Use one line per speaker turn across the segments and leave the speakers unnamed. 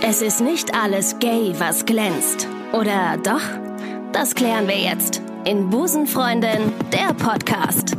Es ist nicht alles gay, was glänzt. Oder doch? Das klären wir jetzt in Busenfreundin, der Podcast.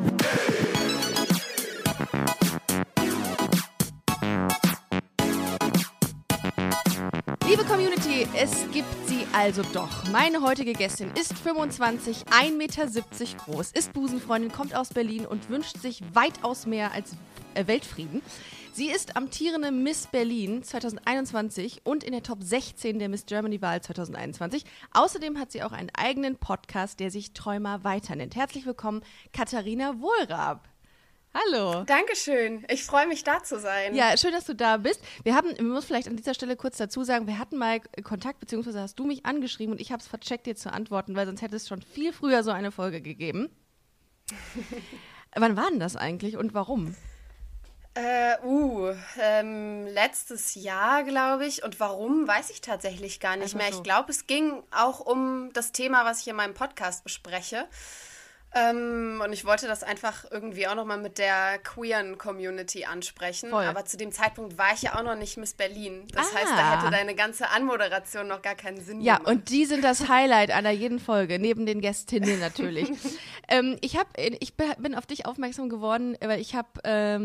Liebe Community, es gibt sie also doch. Meine heutige Gästin ist 25, 1,70 Meter groß, ist Busenfreundin, kommt aus Berlin und wünscht sich weitaus mehr als Weltfrieden. Sie ist amtierende Miss Berlin 2021 und in der Top 16 der Miss Germany-Wahl 2021. Außerdem hat sie auch einen eigenen Podcast, der sich Träumer weiter nennt. Herzlich willkommen, Katharina Wohlrab. Hallo.
Dankeschön. Ich freue mich, da zu sein.
Ja, schön, dass du da bist. Wir müssen vielleicht an dieser Stelle kurz dazu sagen, wir hatten mal Kontakt, beziehungsweise hast du mich angeschrieben und ich habe es vercheckt, dir zu antworten, weil sonst hätte es schon viel früher so eine Folge gegeben. Wann war denn das eigentlich und warum?
Letztes Jahr, glaube ich. Und warum, weiß ich tatsächlich gar nicht mehr.
So.
Ich glaube, es ging auch um das Thema, was ich in meinem Podcast bespreche. Und ich wollte das einfach irgendwie auch nochmal mit der queeren Community ansprechen.
Voll.
Aber zu dem Zeitpunkt war ich ja auch noch nicht Miss Berlin. Das heißt, da hätte deine ganze Anmoderation noch gar keinen Sinn
Ja,
gemacht.
und die sind das Highlight einer jeden Folge, neben den Gästinnen natürlich. Ich bin auf dich aufmerksam geworden, weil ich habe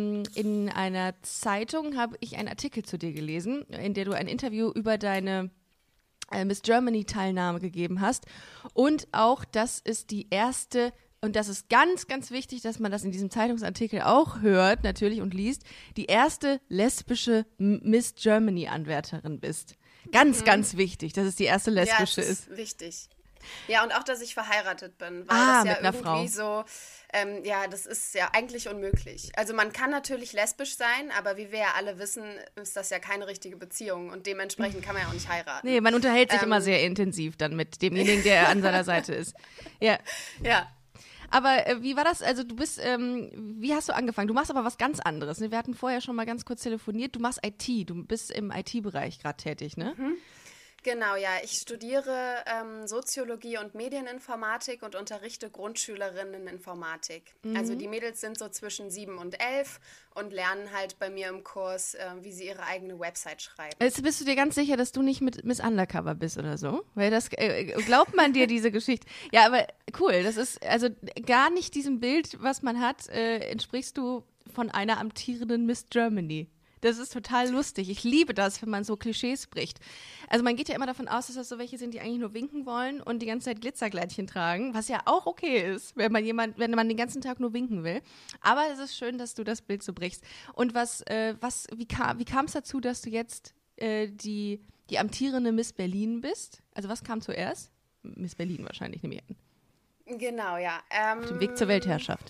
in einer Zeitung einen Artikel zu dir gelesen, in der du ein Interview über deine Miss Germany-Teilnahme gegeben hast. Und auch, das ist die erste, und das ist ganz, ganz wichtig, dass man das in diesem Zeitungsartikel auch hört, natürlich, und liest, die erste lesbische Miss Germany-Anwärterin bist. Ganz, ganz wichtig, dass es die erste lesbische
ja, das
ist.
Wichtig. Ja, und auch, dass ich verheiratet bin, weil das ja
mit einer
irgendwie
Frau.
so, das ist ja eigentlich unmöglich. Also man kann natürlich lesbisch sein, aber wie wir ja alle wissen, ist das ja keine richtige Beziehung und dementsprechend kann man ja auch nicht heiraten.
Nee, man unterhält sich immer sehr intensiv dann mit demjenigen, der an seiner Seite ist. Ja.
Ja.
Aber wie war das? Also du bist, wie hast du angefangen? Du machst aber was ganz anderes. Ne? Wir hatten vorher schon mal ganz kurz telefoniert. Du machst IT, du bist im IT-Bereich gerade tätig, ne?
Mhm. Genau, ja. Ich studiere Soziologie und Medieninformatik und unterrichte Grundschülerinnen Informatik. Also die Mädels sind so zwischen 7 und 11 und lernen halt bei mir im Kurs, wie sie ihre eigene Website schreiben.
Jetzt bist du dir ganz sicher, dass du nicht mit Miss Undercover bist oder so? Weil das, glaubt man dir diese Geschichte? Ja, aber cool, das ist also gar nicht diesem Bild, was man hat, entsprichst du von einer amtierenden Miss Germany. Das ist total lustig. Ich liebe das, wenn man so Klischees bricht. Also man geht ja immer davon aus, dass das so welche sind, die eigentlich nur winken wollen und die ganze Zeit Glitzerkleidchen tragen, was ja auch okay ist, wenn man den ganzen Tag nur winken will. Aber es ist schön, dass du das Bild so brichst. Und wie kam es dazu, dass du jetzt die amtierende Miss Berlin bist? Also was kam zuerst? Miss Berlin wahrscheinlich, nehme ich an.
Genau, ja.
Auf dem Weg zur Weltherrschaft.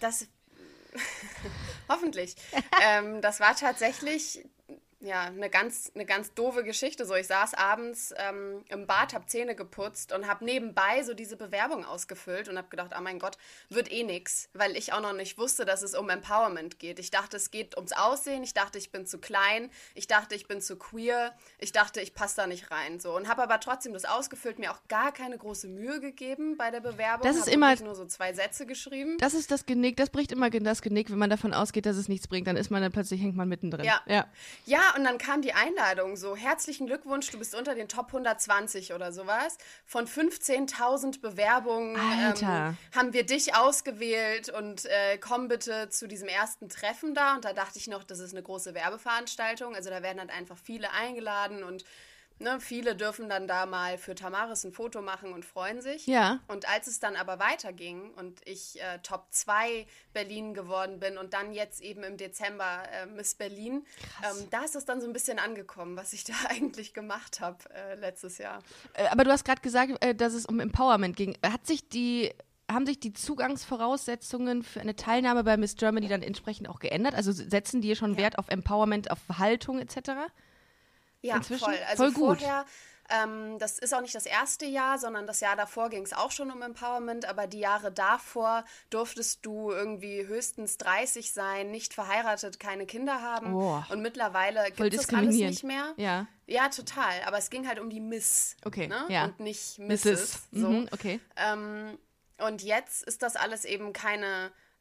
Hoffentlich. Das war tatsächlich eine ganz doofe Geschichte. So, ich saß abends im Bad, habe Zähne geputzt und habe nebenbei so diese Bewerbung ausgefüllt und habe gedacht, oh mein Gott, wird eh nix, weil ich auch noch nicht wusste, dass es um Empowerment geht. Ich dachte, es geht ums Aussehen, ich dachte, ich bin zu klein, ich dachte, ich bin zu queer, ich dachte, ich passe da nicht rein. So, und habe aber trotzdem das ausgefüllt, mir auch gar keine große Mühe gegeben bei der Bewerbung.
Das ist
habe
immer
nur so 2 Sätze geschrieben.
Das ist das Genick, das bricht immer das Genick, wenn man davon ausgeht, dass es nichts bringt, dann plötzlich hängt man mittendrin.
Ja, und dann kam die Einladung so, herzlichen Glückwunsch, du bist unter den Top 120 oder sowas. Von 15.000 Bewerbungen haben wir dich ausgewählt und komm bitte zu diesem ersten Treffen da. Und da dachte ich noch, das ist eine große Werbeveranstaltung, also da werden halt einfach viele eingeladen und viele dürfen dann da mal für Tamaris ein Foto machen und freuen sich.
Ja.
Und als es dann aber weiterging und ich Top 2 Berlin geworden bin und dann jetzt eben im Dezember Miss Berlin, da ist es dann so ein bisschen angekommen, was ich da eigentlich gemacht habe letztes Jahr.
Aber du hast gerade gesagt, dass es um Empowerment ging. Haben sich die Zugangsvoraussetzungen für eine Teilnahme bei Miss Germany dann entsprechend auch geändert? Also setzen die schon Wert auf Empowerment, auf Haltung etc.?
Ja,
inzwischen?
voll. Also
voll gut.
Vorher, das ist auch nicht das erste Jahr, sondern das Jahr davor ging es auch schon um Empowerment, aber die Jahre davor durftest du irgendwie höchstens 30 sein, nicht verheiratet, keine Kinder haben.
Oh.
Und mittlerweile
Voll
gibt es das alles nicht mehr.
Ja.
Ja, total. Aber es ging halt um die Miss.
Okay,
ne?
ja.
Und nicht Mrs. So.
Okay.
Und jetzt ist das alles eben keine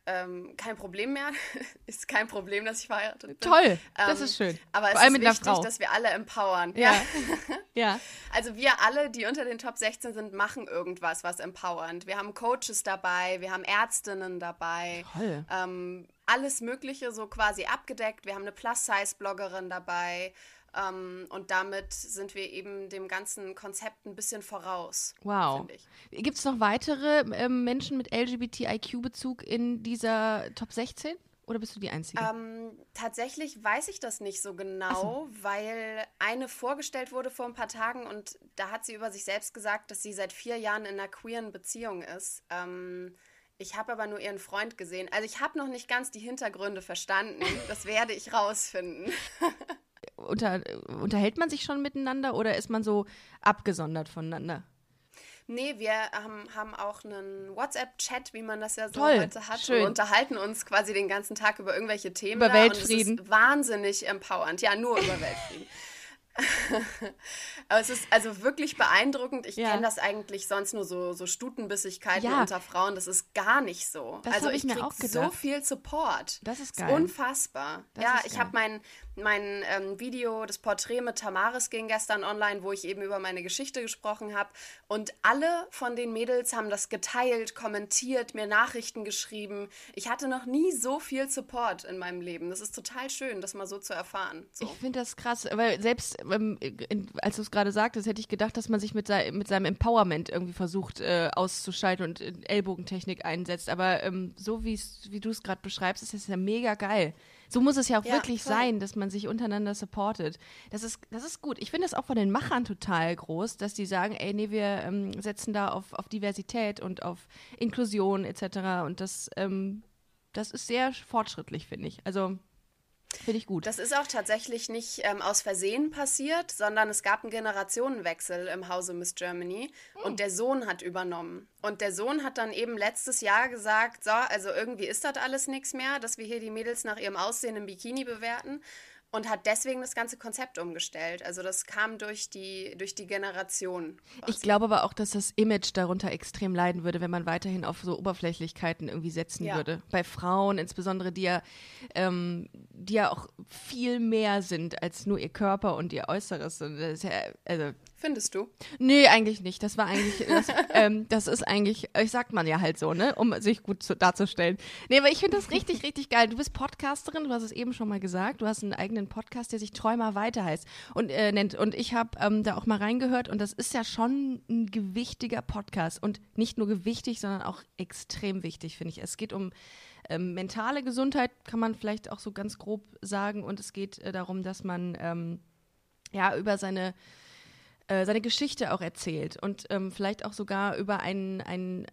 kein Problem mehr. Ist kein Problem, dass ich verheiratet bin.
Toll, das ist schön.
Aber
Vor
es
allem
ist
mit einer
wichtig,
Frau.
dass wir alle empowern.
Ja. Ja.
Also wir alle, die unter den Top 16 sind, machen irgendwas, was empowernd. Wir haben Coaches dabei, wir haben Ärztinnen dabei.
Toll.
Alles Mögliche so quasi abgedeckt. Wir haben eine Plus-Size-Bloggerin dabei. Und damit sind wir eben dem ganzen Konzept ein bisschen voraus.
Wow.
Finde ich.
Gibt es noch weitere Menschen mit LGBTIQ-Bezug in dieser Top 16? Oder bist du die Einzige?
Tatsächlich weiß ich das nicht so genau, weil eine vorgestellt wurde vor ein paar Tagen und da hat sie über sich selbst gesagt, dass sie seit 4 Jahren in einer queeren Beziehung ist. Ich habe aber nur ihren Freund gesehen. Also ich habe noch nicht ganz die Hintergründe verstanden. Das werde ich rausfinden.
Unterhält man sich schon miteinander oder ist man so abgesondert voneinander?
Nee, wir haben auch einen WhatsApp-Chat, wie man das ja so
Toll,
heute hat.
schön.
Und unterhalten uns quasi den ganzen Tag über irgendwelche Themen.
Über Weltfrieden.
Und es ist wahnsinnig empowernd. Ja, nur über Weltfrieden. Aber es ist also wirklich beeindruckend. Ich kenne das eigentlich sonst nur so Stutenbissigkeiten unter Frauen. Das ist gar nicht so.
Das
also
ich mir auch
krieg
gedacht.
so viel Support.
Das ist
Das
geil.
unfassbar. Ich habe mein Video, das Porträt mit Tamaris ging gestern online, wo ich eben über meine Geschichte gesprochen habe. Und alle von den Mädels haben das geteilt, kommentiert, mir Nachrichten geschrieben. Ich hatte noch nie so viel Support in meinem Leben. Das ist total schön, das mal so zu erfahren. So.
Ich finde das krass, weil selbst als du es gerade sagtest, hätte ich gedacht, dass man sich mit seinem Empowerment irgendwie versucht auszuschalten und Ellbogentechnik einsetzt. Aber so wie du es gerade beschreibst, ist das ja mega geil. So muss es ja auch wirklich sein, dass man sich untereinander supportet. Das ist gut. Ich finde es auch von den Machern total groß, dass die sagen, ey, nee, wir setzen da auf Diversität und auf Inklusion etc. Und das ist sehr fortschrittlich, finde ich. Also finde ich gut.
Das ist auch tatsächlich nicht aus Versehen passiert, sondern es gab einen Generationenwechsel im Hause Miss Germany und der Sohn hat übernommen. Und der Sohn hat dann eben letztes Jahr gesagt, so, also irgendwie ist das alles nichts mehr, dass wir hier die Mädels nach ihrem Aussehen im Bikini bewerten. Und hat deswegen das ganze Konzept umgestellt. Also das kam durch die Generation.
Ich glaube aber auch, dass das Image darunter extrem leiden würde, wenn man weiterhin auf so Oberflächlichkeiten irgendwie setzen würde. Bei Frauen insbesondere, die ja auch viel mehr sind als nur ihr Körper und ihr Äußeres. Und das ist ja,
Findest du?
Nee, eigentlich nicht. Das war eigentlich, das ist eigentlich, sagt man ja halt so, ne, um sich gut darzustellen. Nee, aber ich finde das richtig, richtig geil. Du bist Podcasterin, du hast es eben schon mal gesagt. Du hast einen eigenen Podcast, der sich Träumer weiter heißt und nennt. Und ich habe da auch mal reingehört und das ist ja schon ein gewichtiger Podcast. Und nicht nur gewichtig, sondern auch extrem wichtig, finde ich. Es geht um mentale Gesundheit, kann man vielleicht auch so ganz grob sagen. Und es geht darum, dass man über seine Geschichte auch erzählt und vielleicht auch sogar über ein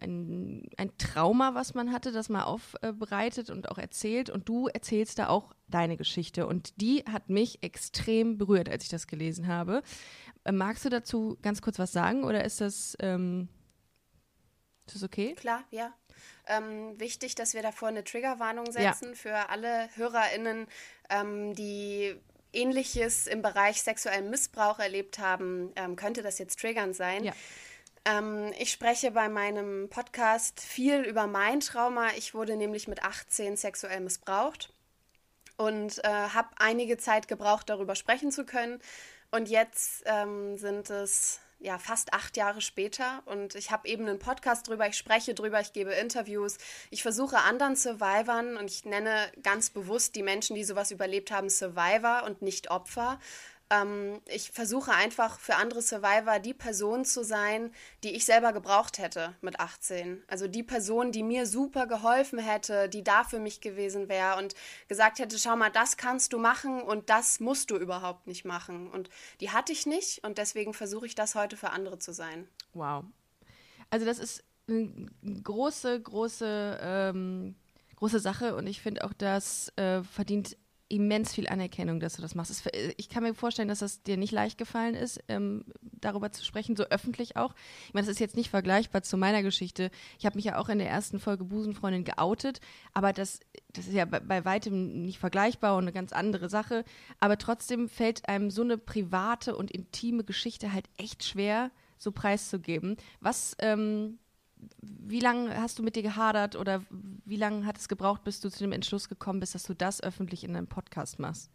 Trauma, was man hatte, das mal aufbereitet und auch erzählt. Und du erzählst da auch deine Geschichte. Und die hat mich extrem berührt, als ich das gelesen habe. Magst du dazu ganz kurz was sagen oder ist das okay?
Klar, ja. Wichtig, dass wir davor eine Triggerwarnung setzen für alle HörerInnen, die Ähnliches im Bereich sexuellen Missbrauch erlebt haben, könnte das jetzt triggernd sein.
Ja.
Ich spreche bei meinem Podcast viel über mein Trauma. Ich wurde nämlich mit 18 sexuell missbraucht und habe einige Zeit gebraucht, darüber sprechen zu können. Und jetzt sind es fast 8 Jahre später und ich habe eben einen Podcast drüber, ich spreche drüber, ich gebe Interviews, ich versuche anderen Survivoren und ich nenne ganz bewusst die Menschen, die sowas überlebt haben, Survivor und nicht Opfer. Ich versuche einfach für andere Survivor die Person zu sein, die ich selber gebraucht hätte mit 18. Also die Person, die mir super geholfen hätte, die da für mich gewesen wäre und gesagt hätte, schau mal, das kannst du machen und das musst du überhaupt nicht machen. Und die hatte ich nicht und deswegen versuche ich das heute für andere zu sein.
Wow. Also das ist eine große Sache und ich finde auch, das verdient immens viel Anerkennung, dass du das machst. Ich kann mir vorstellen, dass das dir nicht leicht gefallen ist, darüber zu sprechen, so öffentlich auch. Ich meine, das ist jetzt nicht vergleichbar zu meiner Geschichte. Ich habe mich ja auch in der ersten Folge Busenfreundin geoutet, aber das ist ja bei weitem nicht vergleichbar und eine ganz andere Sache. Aber trotzdem fällt einem so eine private und intime Geschichte halt echt schwer, so preiszugeben. Was wie lange hast du mit dir gehadert oder wie lange hat es gebraucht, bis du zu dem Entschluss gekommen bist, dass du das öffentlich in deinem Podcast machst?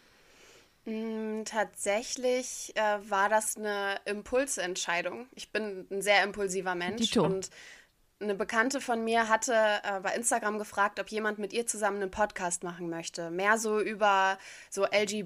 Tatsächlich war das eine Impulsentscheidung. Ich bin ein sehr impulsiver Mensch
Dito.
und eine Bekannte von mir hatte bei Instagram gefragt, ob jemand mit ihr zusammen einen Podcast machen möchte. Mehr so über so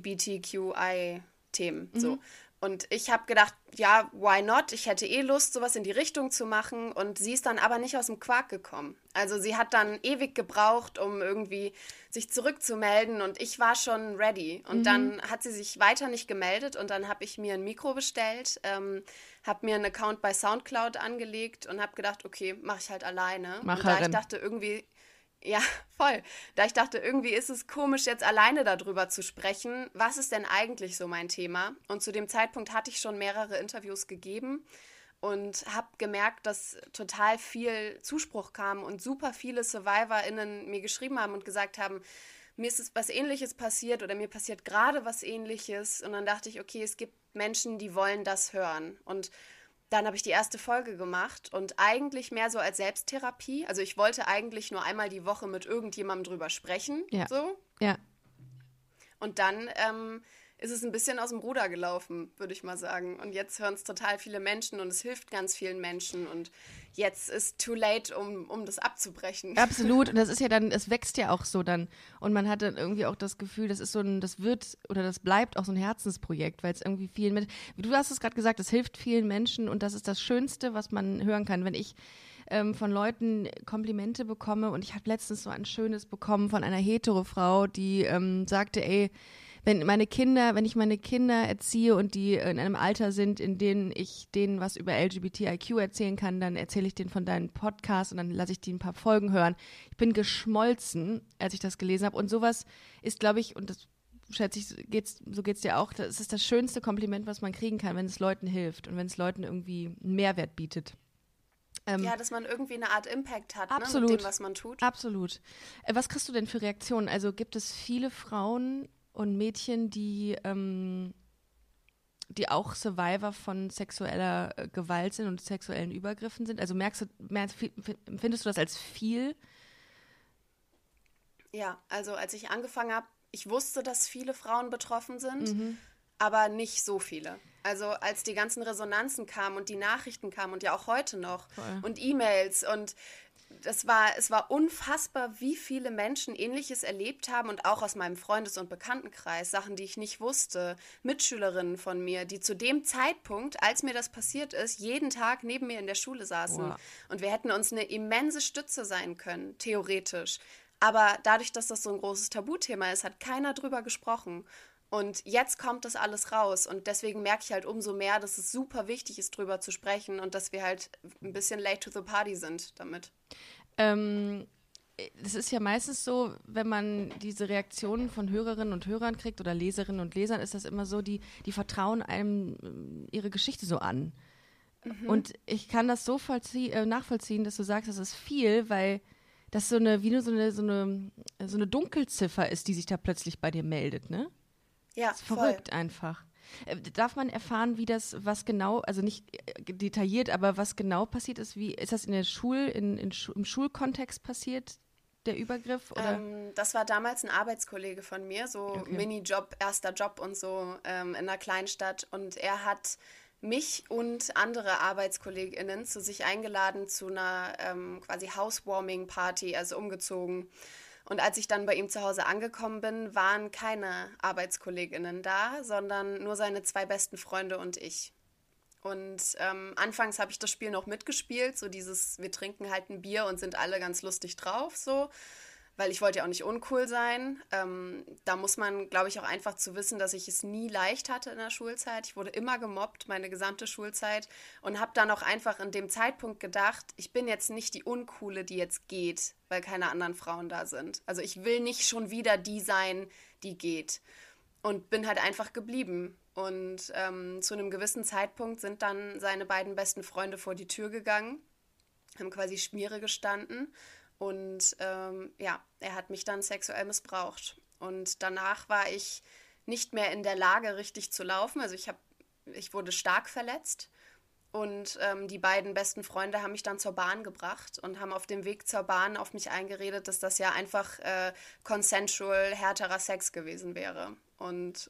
LGBTQI-Themen. So. Und ich habe gedacht, ja, why not? Ich hätte Lust, sowas in die Richtung zu machen. Und sie ist dann aber nicht aus dem Quark gekommen. Also sie hat dann ewig gebraucht, um irgendwie sich zurückzumelden. Und ich war schon ready. Und dann hat sie sich weiter nicht gemeldet. Und dann habe ich mir ein Mikro bestellt, habe mir einen Account bei Soundcloud angelegt und habe gedacht, okay, mache ich halt alleine. Und da ich dachte irgendwie... Ja, voll. Da ich dachte, irgendwie ist es komisch, jetzt alleine darüber zu sprechen. Was ist denn eigentlich so mein Thema? Und zu dem Zeitpunkt hatte ich schon mehrere Interviews gegeben und habe gemerkt, dass total viel Zuspruch kam und super viele SurvivorInnen mir geschrieben haben und gesagt haben, mir ist was Ähnliches passiert oder mir passiert gerade was Ähnliches. Und dann dachte ich, okay, es gibt Menschen, die wollen das hören. Und dann habe ich die erste Folge gemacht und eigentlich mehr so als Selbsttherapie. Also ich wollte eigentlich nur einmal die Woche mit irgendjemandem drüber sprechen.
Ja.
So.
Ja.
Und dann ist es ein bisschen aus dem Ruder gelaufen, würde ich mal sagen. Und jetzt hören es total viele Menschen und es hilft ganz vielen Menschen. Und jetzt ist too late, um das abzubrechen.
Absolut. Und das ist ja dann, es wächst ja auch so dann. Und man hat dann irgendwie auch das Gefühl, das ist so ein, das wird oder das bleibt auch so ein Herzensprojekt, weil es irgendwie vielen Menschen, du hast es gerade gesagt, es hilft vielen Menschen und das ist das Schönste, was man hören kann. Wenn ich von Leuten Komplimente bekomme und ich habe letztens so ein schönes bekommen von einer Hetero-Frau, die sagte, ey, wenn ich meine Kinder erziehe und die in einem Alter sind, in dem ich denen was über LGBTIQ erzählen kann, dann erzähle ich denen von deinem Podcast und dann lasse ich die ein paar Folgen hören. Ich bin geschmolzen, als ich das gelesen habe. Und sowas ist, glaube ich, und das schätze ich, so geht's dir auch, das ist das schönste Kompliment, was man kriegen kann, wenn es Leuten hilft und wenn es Leuten irgendwie einen Mehrwert bietet.
Ja, dass man irgendwie eine Art Impact hat,
absolut,
ne, mit dem, was man tut.
Absolut. Was kriegst du denn für Reaktionen? Also gibt es viele Frauen und Mädchen, die auch Survivor von sexueller Gewalt sind und sexuellen Übergriffen sind? Also findest du das als viel?
Ja, also als ich angefangen habe, ich wusste, dass viele Frauen betroffen sind, aber nicht so viele. Also als die ganzen Resonanzen kamen und die Nachrichten kamen und ja auch heute noch und E-Mails und es war unfassbar, wie viele Menschen Ähnliches erlebt haben und auch aus meinem Freundes- und Bekanntenkreis, Sachen, die ich nicht wusste, Mitschülerinnen von mir, die zu dem Zeitpunkt, als mir das passiert ist, jeden Tag neben mir in der Schule saßen.
Wow.
Und wir hätten uns eine immense Stütze sein können, theoretisch. Aber dadurch, dass das so ein großes Tabuthema ist, hat keiner drüber gesprochen. Und jetzt kommt das alles raus und deswegen merke ich halt umso mehr, dass es super wichtig ist, drüber zu sprechen und dass wir halt ein bisschen late to the party sind damit.
Es ist ja meistens so, wenn man diese Reaktionen von Hörerinnen und Hörern kriegt oder Leserinnen und Lesern, ist das immer so, die vertrauen einem ihre Geschichte so an. Und ich kann das so nachvollziehen, dass du sagst, das ist viel, weil das so eine Dunkelziffer ist, die sich da plötzlich bei dir meldet, ne?
Ja,
das ist verrückt einfach. Darf man erfahren, was genau, also nicht detailliert, aber was genau passiert ist? Wie ist das in der im Schulkontext passiert, der Übergriff? Oder?
Das war damals ein Arbeitskollege von mir, so
Okay.
Minijob, erster Job und so in einer Kleinstadt. Und er hat mich und andere ArbeitskollegInnen zu sich eingeladen zu einer quasi Housewarming-Party, also umgezogen. Und als ich dann bei ihm zu Hause angekommen bin, waren keine ArbeitskollegInnen da, sondern nur seine 2 besten Freunde und ich. Und anfangs habe ich das Spiel noch mitgespielt, so dieses, wir trinken halt ein Bier und sind alle ganz lustig drauf, so, weil ich wollte ja auch nicht uncool sein. Da muss man, glaube ich, auch einfach zu wissen, dass ich es nie leicht hatte in der Schulzeit. Ich wurde immer gemobbt, meine gesamte Schulzeit und habe dann auch einfach in dem Zeitpunkt gedacht, ich bin jetzt nicht die Uncoole, die jetzt geht, weil keine anderen Frauen da sind. Also ich will nicht schon wieder die sein, die geht. Und bin halt einfach geblieben. Und zu einem gewissen Zeitpunkt sind dann seine beiden besten Freunde vor die Tür gegangen, haben quasi Schmiere gestanden. Und er hat mich dann sexuell missbraucht. Und danach war ich nicht mehr in der Lage, richtig zu laufen. Also ich wurde stark verletzt Und die beiden besten Freunde haben mich dann zur Bahn gebracht und haben auf dem Weg zur Bahn auf mich eingeredet, dass das ja einfach consensual, härterer Sex gewesen wäre. Und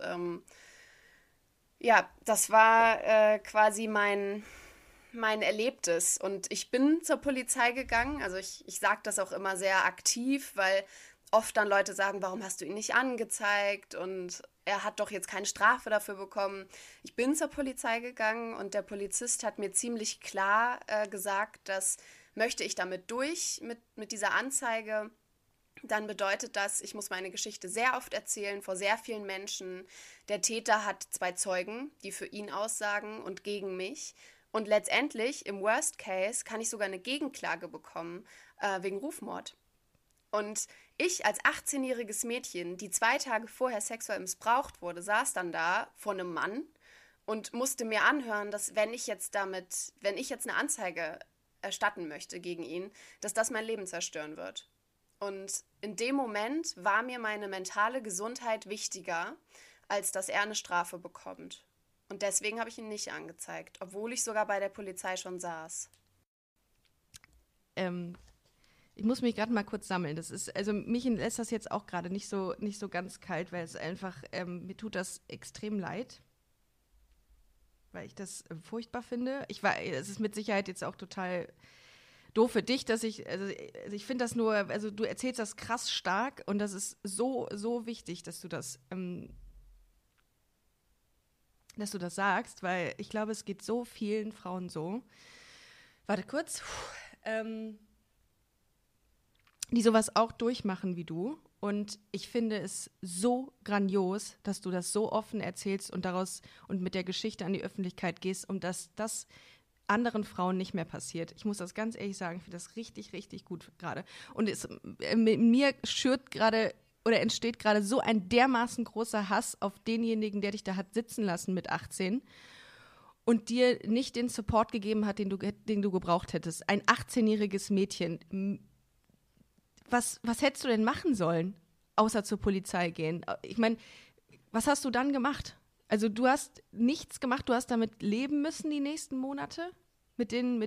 ja, das war quasi mein Erlebtes. Und ich bin zur Polizei gegangen. Also ich sage das auch immer sehr aktiv, weil oft dann Leute sagen, warum hast du ihn nicht angezeigt? Und er hat doch jetzt keine Strafe dafür bekommen. Ich bin zur Polizei gegangen und der Polizist hat mir ziemlich klar gesagt, dass möchte ich damit durch mit dieser Anzeige, dann bedeutet das, ich muss meine Geschichte sehr oft erzählen, vor sehr vielen Menschen. Der Täter hat 2 Zeugen, die für ihn aussagen und gegen mich. Und letztendlich, im Worst Case, kann ich sogar eine Gegenklage bekommen wegen Rufmord. Und ich als 18-jähriges Mädchen, die 2 Tage vorher sexuell missbraucht wurde, saß dann da vor einem Mann und musste mir anhören, dass wenn ich jetzt eine Anzeige erstatten möchte gegen ihn, dass das mein Leben zerstören wird. Und in dem Moment war mir meine mentale Gesundheit wichtiger, als dass er eine Strafe bekommt. Und deswegen habe ich ihn nicht angezeigt, obwohl ich sogar bei der Polizei schon saß.
Ich muss mich gerade mal kurz sammeln. Also mich lässt das jetzt auch gerade nicht so ganz kalt, weil es einfach, mir tut das extrem leid, weil ich das furchtbar finde. Es ist mit Sicherheit jetzt auch total doof für dich, also ich finde das nur, also du erzählst das krass stark und das ist so, so wichtig, dass du das sagst, weil ich glaube, es geht so vielen Frauen so. Warte kurz. Die sowas auch durchmachen wie du. Und ich finde es so grandios, dass du das so offen erzählst und mit der Geschichte an die Öffentlichkeit gehst, um dass das anderen Frauen nicht mehr passiert. Ich muss das ganz ehrlich sagen, ich finde das richtig, richtig gut gerade. Und mit mir entsteht gerade so ein dermaßen großer Hass auf denjenigen, der dich da hat sitzen lassen mit 18 und dir nicht den Support gegeben hat, den du gebraucht hättest. Ein 18-jähriges Mädchen. Was hättest du denn machen sollen, außer zur Polizei gehen? Ich meine, was hast du dann gemacht? Also du hast nichts gemacht, du hast damit leben müssen die nächsten Monate? Mit den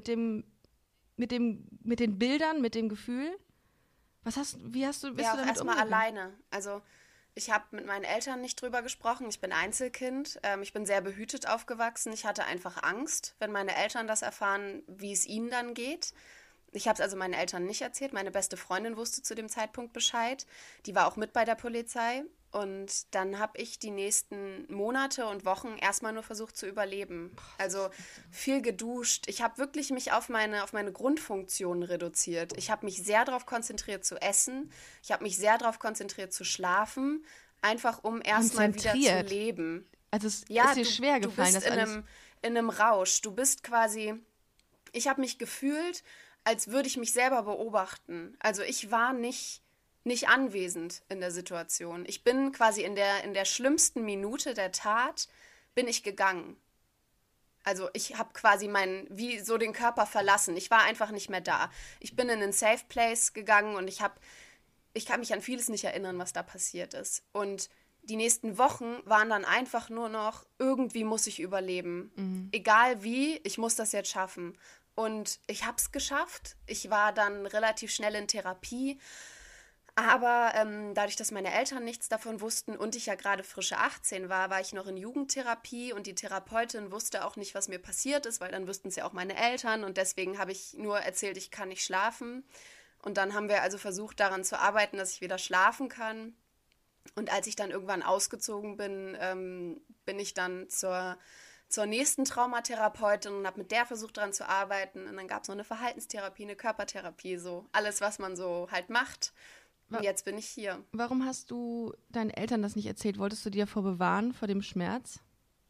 Bildern, mit dem Gefühl? Bist
Ja,
du damit
auch erstmal
umgegangen?
alleine. Also ich habe mit meinen Eltern nicht drüber gesprochen. Ich bin Einzelkind. Ich bin sehr behütet aufgewachsen. Ich hatte einfach Angst, wenn meine Eltern das erfahren, wie es ihnen dann geht. Ich habe es also meinen Eltern nicht erzählt. Meine beste Freundin wusste zu dem Zeitpunkt Bescheid. Die war auch mit bei der Polizei. Und dann habe ich die nächsten Monate und Wochen erstmal nur versucht zu überleben. Also viel geduscht. Ich habe wirklich mich auf meine Grundfunktionen reduziert. Ich habe mich sehr darauf konzentriert zu essen. Ich habe mich sehr darauf konzentriert zu schlafen. Einfach um erstmal wieder zu leben.
Also es ist dir schwer gefallen,
du bist in einem Rausch. Du bist quasi, ich habe mich gefühlt, als würde ich mich selber beobachten. Also ich war nicht anwesend in der Situation. Ich bin quasi in der schlimmsten Minute der Tat bin ich gegangen. Also ich habe quasi wie so den Körper verlassen. Ich war einfach nicht mehr da. Ich bin in einen Safe Place gegangen und ich kann mich an vieles nicht erinnern, was da passiert ist. Und die nächsten Wochen waren dann einfach nur noch, irgendwie muss ich überleben. Mhm. Egal wie, ich muss das jetzt schaffen. Und ich habe es geschafft. Ich war dann relativ schnell in Therapie. Aber dadurch, dass meine Eltern nichts davon wussten und ich ja gerade frische 18 war ich noch in Jugendtherapie und die Therapeutin wusste auch nicht, was mir passiert ist, weil dann wüssten es ja auch meine Eltern und deswegen habe ich nur erzählt, ich kann nicht schlafen. Und dann haben wir also versucht, daran zu arbeiten, dass ich wieder schlafen kann. Und als ich dann irgendwann ausgezogen bin, bin ich dann zur nächsten Traumatherapeutin und habe mit der versucht, daran zu arbeiten. Und dann gab es noch eine Verhaltenstherapie, eine Körpertherapie, so alles, was man so halt macht. Und jetzt bin ich hier.
Warum hast du deinen Eltern das nicht erzählt? Wolltest du die davor bewahren, vor dem Schmerz?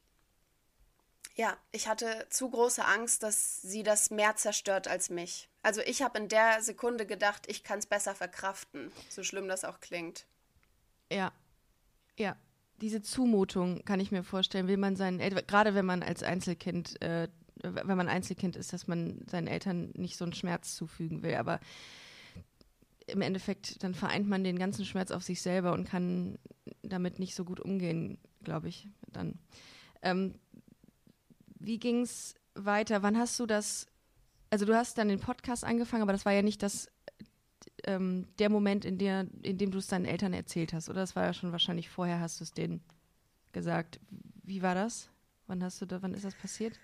Ja, ich hatte zu große Angst, dass sie das mehr zerstört als mich. Also ich habe in der Sekunde gedacht, ich kann es besser verkraften, so schlimm das auch klingt.
Ja. Diese Zumutung kann ich mir vorstellen, will man seinen Eltern, gerade wenn man als Einzelkind, ist, dass man seinen Eltern nicht so einen Schmerz zufügen will, aber im Endeffekt, dann vereint man den ganzen Schmerz auf sich selber und kann damit nicht so gut umgehen, glaube ich, dann. Wie ging's weiter? Wann hast du das, also du hast dann den Podcast angefangen, aber das war ja nicht der Moment, in dem du es deinen Eltern erzählt hast, oder? Das war ja schon wahrscheinlich vorher, hast du es denen gesagt. Wie war das? Wann ist das passiert?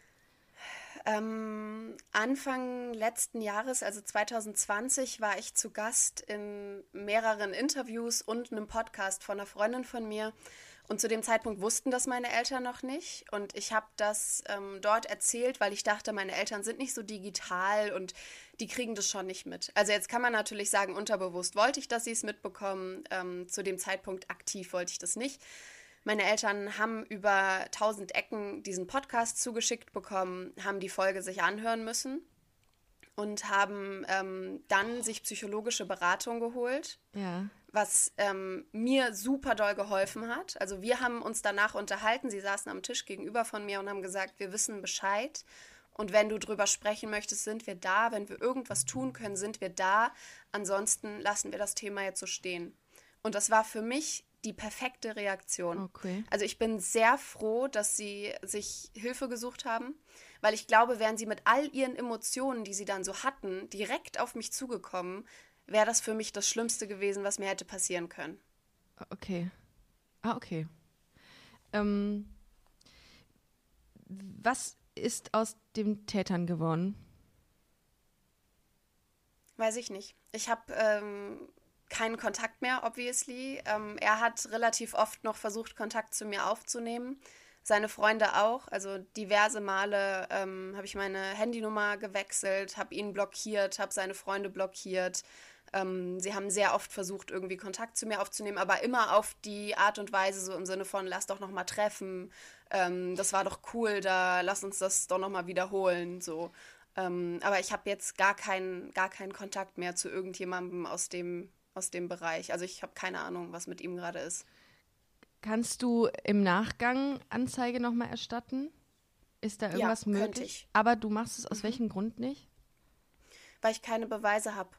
Anfang letzten Jahres, also 2020, war ich zu Gast in mehreren Interviews und einem Podcast von einer Freundin von mir. Und zu dem Zeitpunkt wussten das meine Eltern noch nicht. Und ich habe das dort erzählt, weil ich dachte, meine Eltern sind nicht so digital und die kriegen das schon nicht mit. Also jetzt kann man natürlich sagen, unterbewusst wollte ich, dass sie es mitbekommen. Zu dem Zeitpunkt aktiv wollte ich das nicht. Meine Eltern haben über 1000 Ecken diesen Podcast zugeschickt bekommen, haben die Folge sich anhören müssen und haben dann sich psychologische Beratung geholt, was mir super doll geholfen hat. Also wir haben uns danach unterhalten, sie saßen am Tisch gegenüber von mir und haben gesagt, wir wissen Bescheid und wenn du drüber sprechen möchtest, sind wir da. Wenn wir irgendwas tun können, sind wir da. Ansonsten lassen wir das Thema jetzt so stehen. Und das war für mich die perfekte Reaktion.
Okay.
Also ich bin sehr froh, dass sie sich Hilfe gesucht haben, weil ich glaube, wären sie mit all ihren Emotionen, die sie dann so hatten, direkt auf mich zugekommen, wäre das für mich das Schlimmste gewesen, was mir hätte passieren können.
Okay. Okay. Was ist aus den Tätern geworden?
Weiß ich nicht. Ich habe keinen Kontakt mehr, obviously. Er hat relativ oft noch versucht, Kontakt zu mir aufzunehmen. Seine Freunde auch. Also diverse Male habe ich meine Handynummer gewechselt, habe ihn blockiert, habe seine Freunde blockiert. Sie haben sehr oft versucht, irgendwie Kontakt zu mir aufzunehmen, aber immer auf die Art und Weise, so im Sinne von, lass doch noch mal treffen. Das war doch cool, lass uns das doch noch mal wiederholen, so. Aber ich habe jetzt gar keinen Kontakt mehr zu irgendjemandem aus dem Bereich. Also ich habe keine Ahnung, was mit ihm gerade ist.
Kannst du im Nachgang Anzeige nochmal erstatten? Ist da irgendwas möglich?
Könnte ich.
Aber du machst es aus welchem Grund nicht?
Weil ich keine Beweise habe.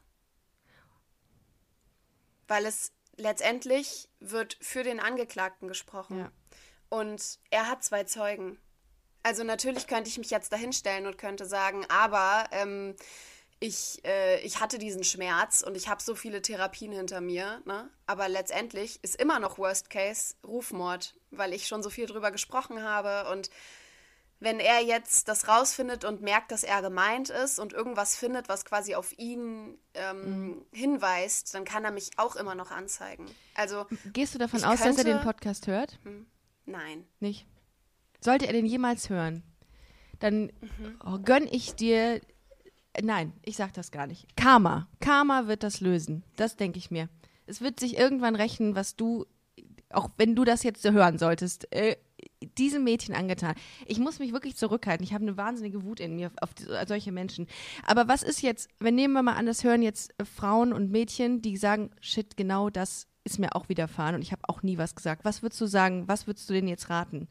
Weil es letztendlich wird für den Angeklagten gesprochen.
Ja.
Und er hat 2 Zeugen. Also natürlich könnte ich mich jetzt dahinstellen und könnte sagen, aber ich hatte diesen Schmerz und ich habe so viele Therapien hinter mir, ne? Aber letztendlich ist immer noch Worst Case Rufmord, weil ich schon so viel drüber gesprochen habe und wenn er jetzt das rausfindet und merkt, dass er gemeint ist und irgendwas findet, was quasi auf ihn hinweist, dann kann er mich auch immer noch anzeigen. Also
gehst du davon aus, dass er den Podcast hört?
Nein.
Nicht? Sollte er den jemals hören, dann gönn ich dir. Nein, ich sag das gar nicht. Karma wird das lösen. Das denke ich mir. Es wird sich irgendwann rächen, was du, auch wenn du das jetzt hören solltest, diesem Mädchen angetan. Ich muss mich wirklich zurückhalten. Ich habe eine wahnsinnige Wut in mir auf solche Menschen. Aber was ist jetzt, nehmen wir mal an, das hören jetzt Frauen und Mädchen, die sagen, shit, genau das ist mir auch widerfahren und ich habe auch nie was gesagt. Was würdest du sagen, was würdest du denen jetzt raten?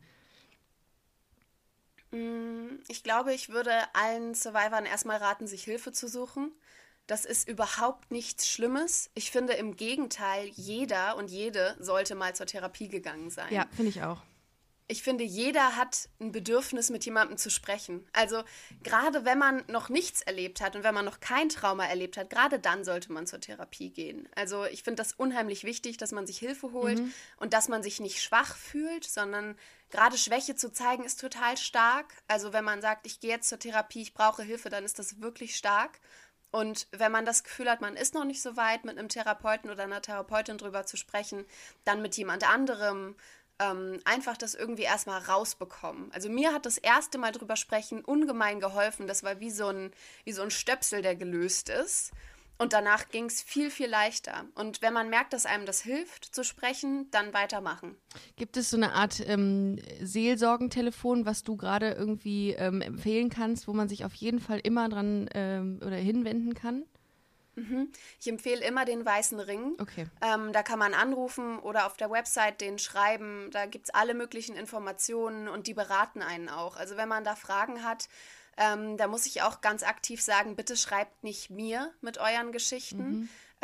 Ich glaube, ich würde allen Survivorn erstmal raten, sich Hilfe zu suchen. Das ist überhaupt nichts Schlimmes. Ich finde im Gegenteil, jeder und jede sollte mal zur Therapie gegangen sein.
Ja, finde ich auch.
Ich finde, jeder hat ein Bedürfnis, mit jemandem zu sprechen. Also gerade wenn man noch nichts erlebt hat und wenn man noch kein Trauma erlebt hat, gerade dann sollte man zur Therapie gehen. Also ich finde das unheimlich wichtig, dass man sich Hilfe holt und dass man sich nicht schwach fühlt, sondern gerade Schwäche zu zeigen ist total stark. Also wenn man sagt, ich gehe jetzt zur Therapie, ich brauche Hilfe, dann ist das wirklich stark. Und wenn man das Gefühl hat, man ist noch nicht so weit, mit einem Therapeuten oder einer Therapeutin drüber zu sprechen, dann mit jemand anderem, einfach das irgendwie erstmal rausbekommen. Also mir hat das erste Mal drüber sprechen ungemein geholfen. Das war wie so ein Stöpsel, der gelöst ist. Und danach ging es viel, viel leichter. Und wenn man merkt, dass einem das hilft, zu sprechen, dann weitermachen.
Gibt es so eine Art Seelsorgentelefon, was du gerade irgendwie empfehlen kannst, wo man sich auf jeden Fall immer dran oder hinwenden kann?
Ich empfehle immer den Weißen Ring.
Okay.
Da kann man anrufen oder auf der Website den schreiben. Da gibt es alle möglichen Informationen und die beraten einen auch. Also wenn man da Fragen hat, da muss ich auch ganz aktiv sagen, bitte schreibt nicht mir mit euren Geschichten.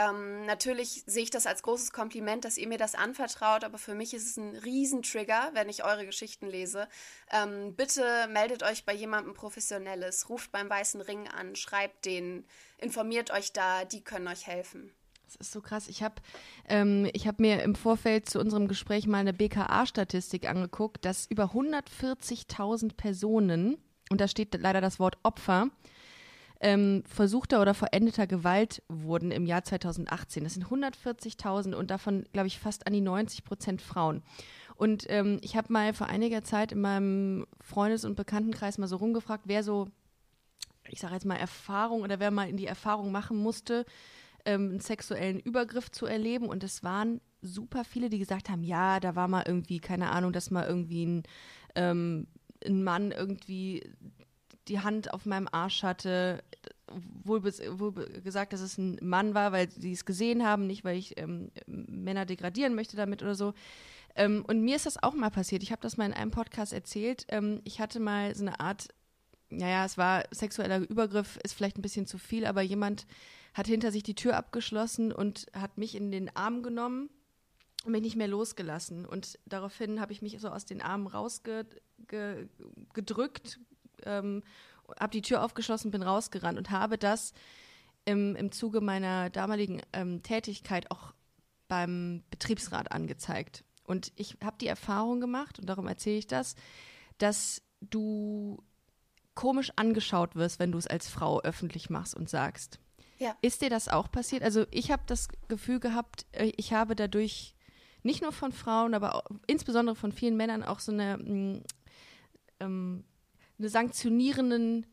Natürlich sehe ich das als großes Kompliment, dass ihr mir das anvertraut, aber für mich ist es ein Riesentrigger, wenn ich eure Geschichten lese. Bitte meldet euch bei jemandem Professionelles, ruft beim Weißen Ring an, schreibt denen, informiert euch da, die können euch helfen.
Das ist so krass. Ich hab mir im Vorfeld zu unserem Gespräch mal eine BKA-Statistik angeguckt, dass über 140.000 Personen, und da steht leider das Wort Opfer, versuchter oder verendeter Gewalt wurden im Jahr 2018. Das sind 140.000 und davon, glaube ich, fast an die 90% Frauen. Und ich habe mal vor einiger Zeit in meinem Freundes- und Bekanntenkreis mal so rumgefragt, wer so, ich sage jetzt mal Erfahrung oder wer mal in die Erfahrung machen musste, einen sexuellen Übergriff zu erleben. Und es waren super viele, die gesagt haben, ja, da war mal irgendwie, keine Ahnung, dass mal irgendwie ein Mann irgendwie die Hand auf meinem Arsch hatte, wohl gesagt, dass es ein Mann war, weil sie es gesehen haben, nicht weil ich Männer degradieren möchte damit oder so. Und mir ist das auch mal passiert. Ich habe das mal in einem Podcast erzählt. Ich hatte mal so eine Art, es war sexueller Übergriff, ist vielleicht ein bisschen zu viel, aber jemand hat hinter sich die Tür abgeschlossen und hat mich in den Arm genommen und mich nicht mehr losgelassen. Und daraufhin habe ich mich so aus den Armen rausgedrückt, habe die Tür aufgeschlossen, bin rausgerannt und habe das im Zuge meiner damaligen Tätigkeit auch beim Betriebsrat angezeigt. Und ich habe die Erfahrung gemacht, und darum erzähle ich das, dass du komisch angeschaut wirst, wenn du es als Frau öffentlich machst und sagst.
Ja.
Ist dir das auch passiert? Also ich habe das Gefühl gehabt, ich habe dadurch nicht nur von Frauen, aber auch, insbesondere von vielen Männern auch so einen sanktionierenden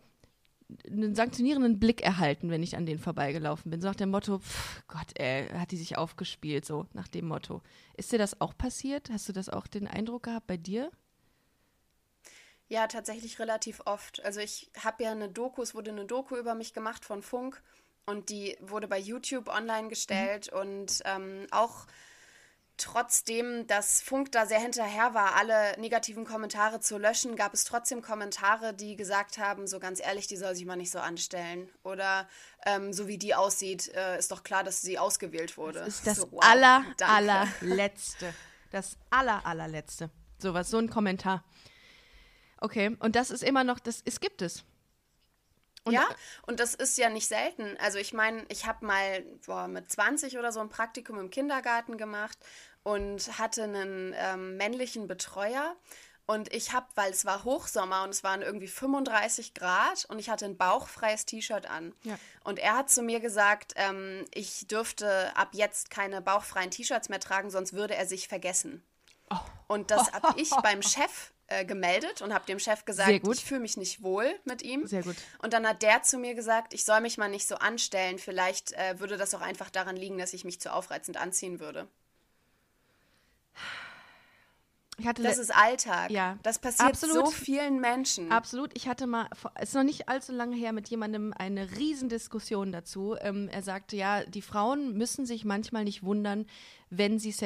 Blick erhalten, wenn ich an denen vorbeigelaufen bin. So nach dem Motto, Gott, hat die sich aufgespielt, so nach dem Motto. Ist dir das auch passiert? Hast du das auch den Eindruck gehabt bei dir?
Ja, tatsächlich relativ oft. Also ich habe ja es wurde eine Doku über mich gemacht von Funk und die wurde bei YouTube online gestellt und auch trotzdem, dass Funk da sehr hinterher war, alle negativen Kommentare zu löschen, gab es trotzdem Kommentare, die gesagt haben, so ganz ehrlich, die soll sich mal nicht so anstellen. Oder so wie die aussieht, ist doch klar, dass sie ausgewählt wurde.
Das ist das
so, wow,
allerletzte. Das allerletzte. So ein Kommentar. Okay, und das ist immer noch, es gibt es. Und
ja, und das ist ja nicht selten. Also ich meine, ich habe mal mit 20 oder so ein Praktikum im Kindergarten gemacht und hatte einen männlichen Betreuer. Und ich habe, weil es war Hochsommer und es waren irgendwie 35 Grad und ich hatte ein bauchfreies T-Shirt an. Ja. Und er hat zu mir gesagt, ich dürfte ab jetzt keine bauchfreien T-Shirts mehr tragen, sonst würde er sich vergessen. Oh. Und das habe ich beim Chef gemeldet und habe dem Chef gesagt, ich fühle mich nicht wohl mit ihm.
Sehr gut.
Und dann hat der zu mir gesagt, ich soll mich mal nicht so anstellen. Vielleicht würde das auch einfach daran liegen, dass ich mich zu aufreizend anziehen würde. Das ist Alltag. Ja, das passiert so vielen Menschen.
Absolut. Ich hatte mal, es ist noch nicht allzu lange her, mit jemandem eine Riesendiskussion dazu. Er sagte, ja, die Frauen müssen sich manchmal nicht wundern, wenn sie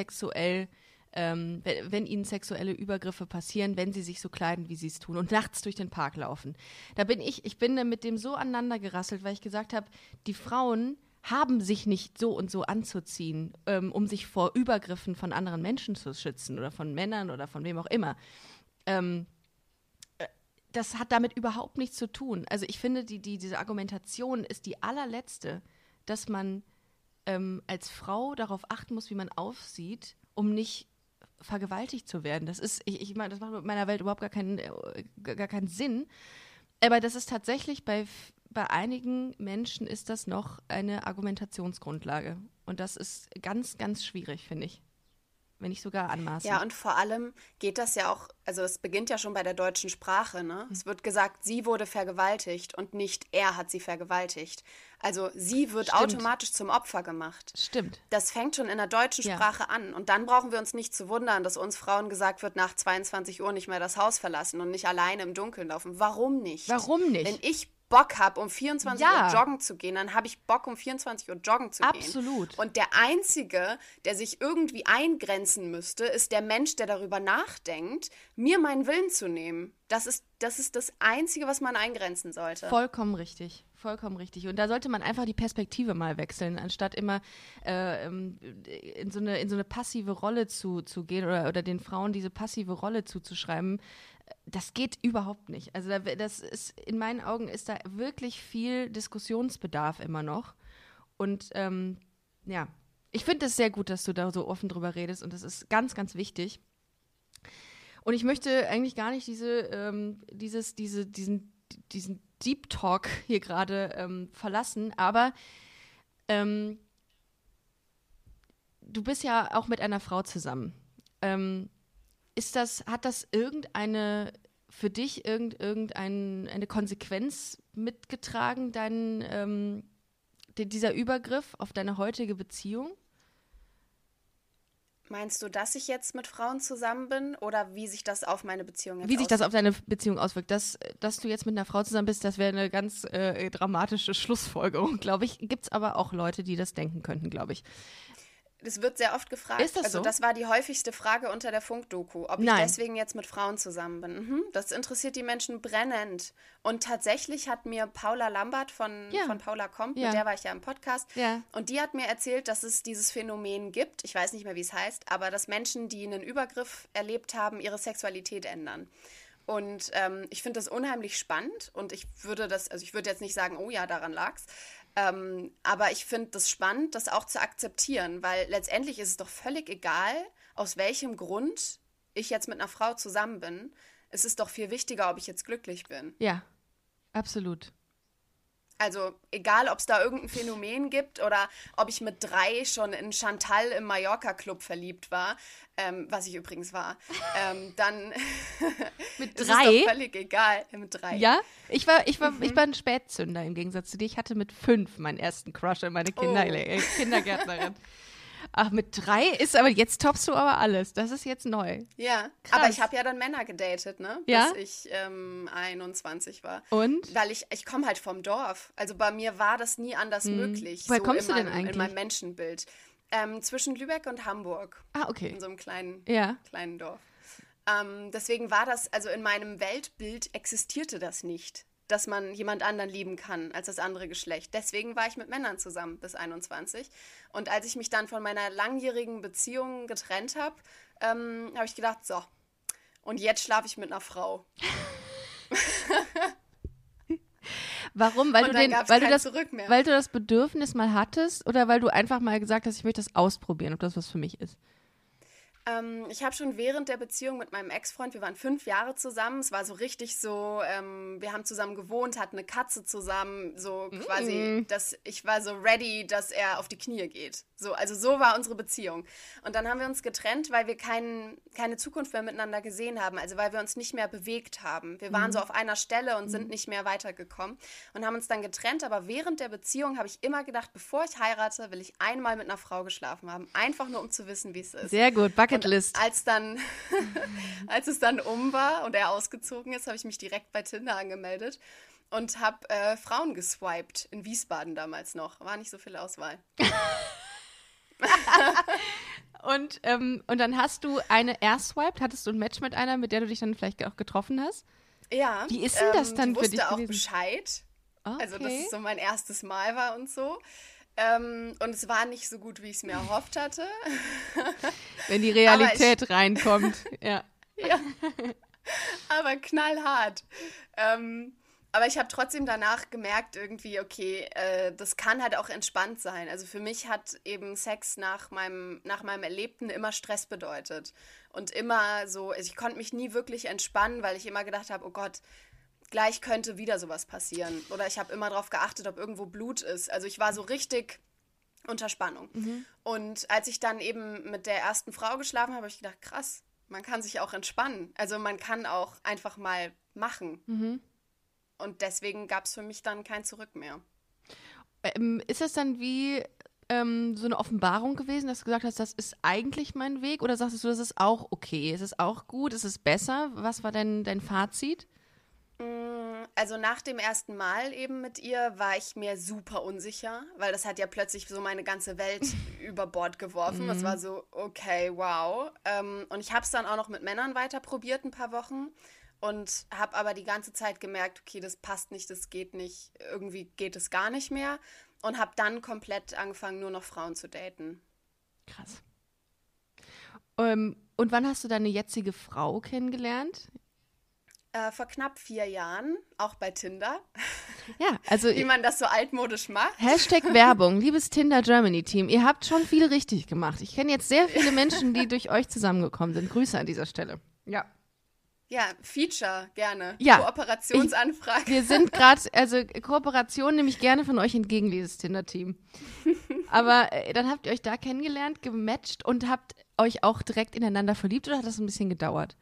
wenn ihnen sexuelle Übergriffe passieren, wenn sie sich so kleiden, wie sie es tun und nachts durch den Park laufen. Ich bin dann mit dem so aneinander gerasselt, weil ich gesagt habe, die Frauen haben sich nicht so und so anzuziehen, um sich vor Übergriffen von anderen Menschen zu schützen oder von Männern oder von wem auch immer. Das hat damit überhaupt nichts zu tun. Also ich finde, diese Argumentation ist die allerletzte, dass man als Frau darauf achten muss, wie man aussieht, um nicht vergewaltigt zu werden. Das ist, ich meine, das macht mit meiner Welt überhaupt gar keinen Sinn. Aber das ist tatsächlich bei einigen Menschen ist das noch eine Argumentationsgrundlage. Und das ist ganz, ganz schwierig, finde ich. Wenn nicht sogar anmaßend.
Ja, und vor allem geht das ja auch, also es beginnt ja schon bei der deutschen Sprache, ne? Es wird gesagt, sie wurde vergewaltigt und nicht er hat sie vergewaltigt. Also sie wird automatisch zum Opfer gemacht.
Stimmt.
Das fängt schon in der deutschen Sprache an. Und dann brauchen wir uns nicht zu wundern, dass uns Frauen gesagt wird, nach 22 Uhr nicht mehr das Haus verlassen und nicht alleine im Dunkeln laufen. Warum nicht?
Warum nicht?
Wenn ich Bock habe, um 24
Ja.
Uhr joggen zu gehen, dann habe ich Bock, um 24 Uhr joggen zu gehen.
Absolut.
Und der Einzige, der sich irgendwie eingrenzen müsste, ist der Mensch, der darüber nachdenkt, mir meinen Willen zu nehmen. Das ist das Einzige, was man eingrenzen sollte.
Vollkommen richtig, vollkommen richtig. Und da sollte man einfach die Perspektive mal wechseln, anstatt immer in so eine passive Rolle zu gehen oder den Frauen diese passive Rolle zuzuschreiben. Das geht überhaupt nicht. Also das ist, in meinen Augen ist da wirklich viel Diskussionsbedarf immer noch. Und ja, ich finde es sehr gut, dass du da so offen drüber redest und das ist ganz, ganz wichtig. Und ich möchte eigentlich gar nicht diesen Deep Talk hier gerade verlassen, aber du bist ja auch mit einer Frau zusammen. Hat das für dich irgendeine Konsequenz mitgetragen, dieser Übergriff auf deine heutige Beziehung?
Meinst du, dass ich jetzt mit Frauen zusammen bin oder wie sich das auf meine Beziehung jetzt
Wie sich das
auswirkt?
auf deine Beziehung auswirkt? Dass du jetzt mit einer Frau zusammen bist, das wäre eine ganz dramatische Schlussfolgerung, glaube ich. Gibt es aber auch Leute, die das denken könnten, glaube ich.
Das wird sehr oft gefragt.
Ist das
also
so?
das war die häufigste Frage unter der Funk-Doku, ob ich
Nein.
deswegen jetzt mit Frauen zusammen bin. Das interessiert die Menschen brennend. Und tatsächlich hat mir Paula Lambert von Paula Kommt,
Ja.
mit der war ich ja im Podcast,
Ja.
und die hat mir erzählt, dass es dieses Phänomen gibt, ich weiß nicht mehr, wie es heißt, aber dass Menschen, die einen Übergriff erlebt haben, ihre Sexualität ändern. Und ich finde das unheimlich spannend und ich würde jetzt nicht sagen, oh ja, daran lag's. Aber ich finde das spannend, das auch zu akzeptieren, weil letztendlich ist es doch völlig egal, aus welchem Grund ich jetzt mit einer Frau zusammen bin. Es ist doch viel wichtiger, ob ich jetzt glücklich bin.
Ja, absolut.
Also egal, ob es da irgendein Phänomen gibt oder ob ich mit 3 schon in Chantal im Mallorca-Club verliebt war, was ich übrigens war, dann
Mit
ist
3?
es doch völlig egal. Mit 3.
Ja, ich war ein Spätzünder im Gegensatz zu dir. Ich hatte mit 5 meinen ersten Crush in meine Kindergärtnerin. Ach, mit 3 ist aber, jetzt toppst du aber alles. Das ist jetzt neu.
Ja,
Krass.
aber ich habe ja dann Männer gedatet, ne?
Ja?
Bis ich 21 war.
Und?
Weil ich komme halt vom Dorf. Also bei mir war das nie anders möglich.
Woher kommst du denn
In
eigentlich?
meinem Menschenbild. Zwischen Lübeck und Hamburg.
Ah, okay.
In so einem kleinen Dorf. Deswegen war das, also in meinem Weltbild existierte das nicht, dass man jemand anderen lieben kann als das andere Geschlecht. Deswegen war ich mit Männern zusammen bis 21. Und als ich mich dann von meiner langjährigen Beziehung getrennt habe, habe ich gedacht, so, und jetzt schlafe ich mit einer Frau.
Warum? Weil
Und
du
dann gab's kein Zurück mehr.
weil du das Bedürfnis mal hattest oder weil du einfach mal gesagt hast, ich möchte das ausprobieren, ob das was für mich ist?
Ich habe schon während der Beziehung mit meinem Ex-Freund, wir waren 5 Jahre zusammen, es war so richtig so, wir haben zusammen gewohnt, hatten eine Katze zusammen, so quasi, ich war so ready, dass er auf die Knie geht. So war unsere Beziehung. Und dann haben wir uns getrennt, weil wir keine Zukunft mehr miteinander gesehen haben, also weil wir uns nicht mehr bewegt haben. Wir waren so auf einer Stelle und sind nicht mehr weitergekommen und haben uns dann getrennt, aber während der Beziehung habe ich immer gedacht, bevor ich heirate, will ich einmal mit einer Frau geschlafen haben, einfach nur um zu wissen, wie es ist.
Sehr gut, Bucketlist.
Als es dann um war und er ausgezogen ist, habe ich mich direkt bei Tinder angemeldet und habe Frauen geswiped, in Wiesbaden damals noch. War nicht so viel Auswahl.
Und dann hast du hattest du ein Match mit einer, mit der du dich dann vielleicht auch getroffen hast?
Ja.
Wie ist denn das dann
die
für dich
wusste auch
gewesen?
Bescheid.
Okay.
Also, dass es so mein erstes Mal war und so. Und es war nicht so gut, wie ich es mir erhofft hatte.
Wenn die Realität reinkommt, ja.
Ja, aber knallhart. Aber ich habe trotzdem danach gemerkt, irgendwie, okay, das kann halt auch entspannt sein. Also für mich hat eben Sex nach meinem Erlebten immer Stress bedeutet. Und immer so, also ich konnte mich nie wirklich entspannen, weil ich immer gedacht habe, oh Gott, gleich könnte wieder sowas passieren. Oder ich habe immer darauf geachtet, ob irgendwo Blut ist. Also ich war so richtig unter Spannung. Und als ich dann eben mit der ersten Frau geschlafen habe, habe ich gedacht, krass, man kann sich auch entspannen. Also man kann auch einfach mal machen. Und deswegen gab es für mich dann kein Zurück mehr.
Ist das dann wie so eine Offenbarung gewesen, dass du gesagt hast, das ist eigentlich mein Weg? Oder sagst du, das ist auch okay, es ist auch gut, es ist besser? Was war denn dein Fazit?
Also nach dem ersten Mal eben mit ihr war ich mir super unsicher, weil das hat ja plötzlich so meine ganze Welt über Bord geworfen. Das war so, okay, wow. Und ich habe es dann auch noch mit Männern weiter probiert, ein paar Wochen. Und habe aber die ganze Zeit gemerkt, okay, das passt nicht, das geht nicht, irgendwie geht es gar nicht mehr. Und habe dann komplett angefangen, nur noch Frauen zu daten.
Krass. Und wann hast du deine jetzige Frau kennengelernt?
Vor knapp 4 Jahren, auch bei Tinder.
Ja, also
wie man das so altmodisch macht.
#Werbung, liebes Tinder Germany Team, ihr habt schon viel richtig gemacht. Ich kenne jetzt sehr viele Menschen, die durch euch zusammengekommen sind. Grüße an dieser Stelle. Ja.
Ja, Feature, gerne.
Ja,
Kooperationsanfrage.
Wir sind gerade, also Kooperation nehme ich gerne von euch entgegen, dieses Tinder-Team. Aber dann habt ihr euch da kennengelernt, gematcht und habt euch auch direkt ineinander verliebt oder hat das ein bisschen gedauert?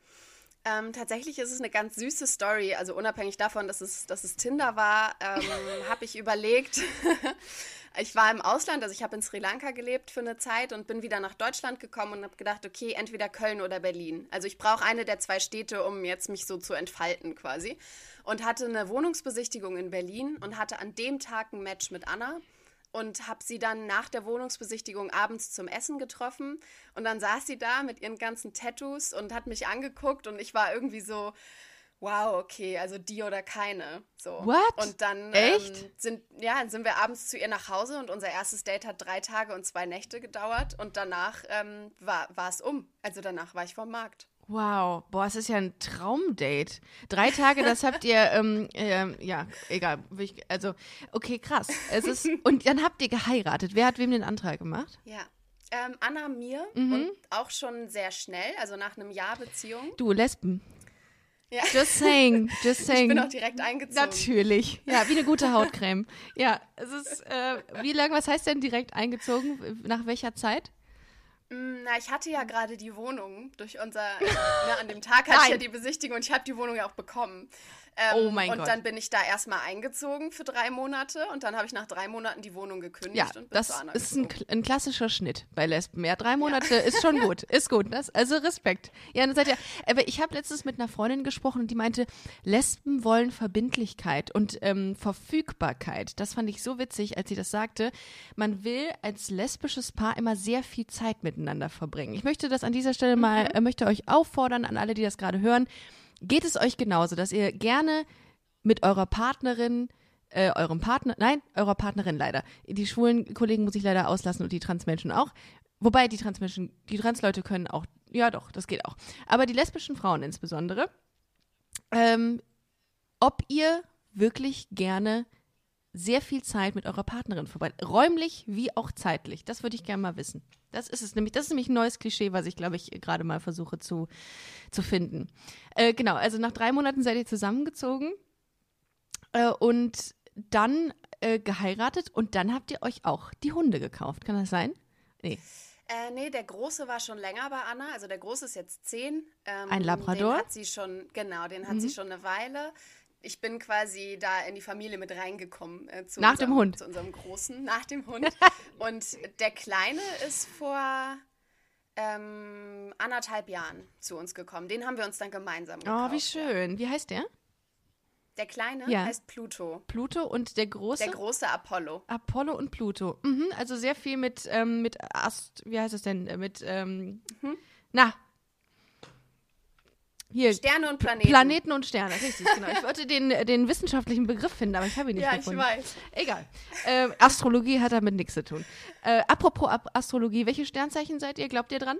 Tatsächlich ist es eine ganz süße Story. Also unabhängig davon, dass es Tinder war, habe ich überlegt. Ich war im Ausland, also ich habe in Sri Lanka gelebt für eine Zeit und bin wieder nach Deutschland gekommen und habe gedacht, okay, entweder Köln oder Berlin. Also ich brauche eine der 2 Städte, um jetzt mich so zu entfalten quasi. Und hatte eine Wohnungsbesichtigung in Berlin und hatte an dem Tag ein Match mit Anna. Und habe sie dann nach der Wohnungsbesichtigung abends zum Essen getroffen. Und dann saß sie da mit ihren ganzen Tattoos und hat mich angeguckt. Und ich war irgendwie so, wow, okay, also die oder keine. So.
What?
Und dann sind wir abends zu ihr nach Hause. Und unser erstes Date hat 3 Tage und 2 Nächte gedauert. Und danach war es um. Also danach war ich vom Markt.
Wow, boah, es ist ja ein Traumdate. 3 Tage, das habt ihr, ja, egal. Also, okay, krass. Und dann habt ihr geheiratet. Wer hat wem den Antrag gemacht?
Ja, Anna mir und auch schon sehr schnell, also nach einem Jahr Beziehung.
Du, Lesben.
Ja.
Just saying.
Ich bin auch direkt eingezogen.
Natürlich. Ja, wie eine gute Hautcreme. Ja, es ist, wie lange, was heißt denn direkt eingezogen? Nach welcher Zeit?
Na, ich hatte ja gerade die Wohnung durch an dem Tag hatte ich ja die Besichtigung und ich habe die Wohnung ja auch bekommen.
Oh mein Gott.
Und dann bin ich da erstmal eingezogen für 3 Monate und dann habe ich nach 3 Monaten die Wohnung gekündigt und bin zu Anna gezogen.
Das ist ein klassischer Schnitt bei Lesben. Ja, 3 Monate ist schon gut, ist gut. Also Respekt. Ja, dann seid ihr, aber ich habe letztens mit einer Freundin gesprochen und die meinte, Lesben wollen Verbindlichkeit und Verfügbarkeit. Das fand ich so witzig, als sie das sagte. Man will als lesbisches Paar immer sehr viel Zeit miteinander verbringen. Ich möchte das an dieser Stelle mal, möchte euch auffordern, an alle, die das gerade hören. Geht es euch genauso, dass ihr gerne mit eurer Partnerin, eurer Partnerin leider, die schwulen Kollegen muss ich leider auslassen und die Transmenschen auch, wobei die Transleute können auch, ja doch, das geht auch, aber die lesbischen Frauen insbesondere, ob ihr wirklich gerne sehr viel Zeit mit eurer Partnerin verbringt, räumlich wie auch zeitlich, das würde ich gerne mal wissen. Das ist nämlich ein neues Klischee, was ich, glaube ich, gerade mal versuche zu finden. Genau, also nach 3 Monaten seid ihr zusammengezogen und dann geheiratet und dann habt ihr euch auch die Hunde gekauft. Kann das sein? Nee.
Nee, der Große war schon länger bei Anna. Also der Große ist jetzt 10.
Ein Labrador?
Den hat sie schon eine Weile. Ich bin quasi da in die Familie mit reingekommen. Zu unserem Großen, nach dem Hund. Und der Kleine ist vor 1,5 Jahren zu uns gekommen. Den haben wir uns dann gemeinsam gekauft.
Oh, wie schön. Wie heißt der?
Der Kleine heißt Pluto.
Pluto und der Große?
Der Große Apollo.
Apollo und Pluto. Also sehr viel mit wie heißt es denn? Hier,
Sterne und Planeten.
Planeten und Sterne, richtig, genau. Ich wollte den wissenschaftlichen Begriff finden, aber ich habe ihn nicht gefunden.
Ja, ich weiß.
Egal. Astrologie hat damit nichts zu tun. Apropos Astrologie, welche Sternzeichen seid ihr? Glaubt ihr dran?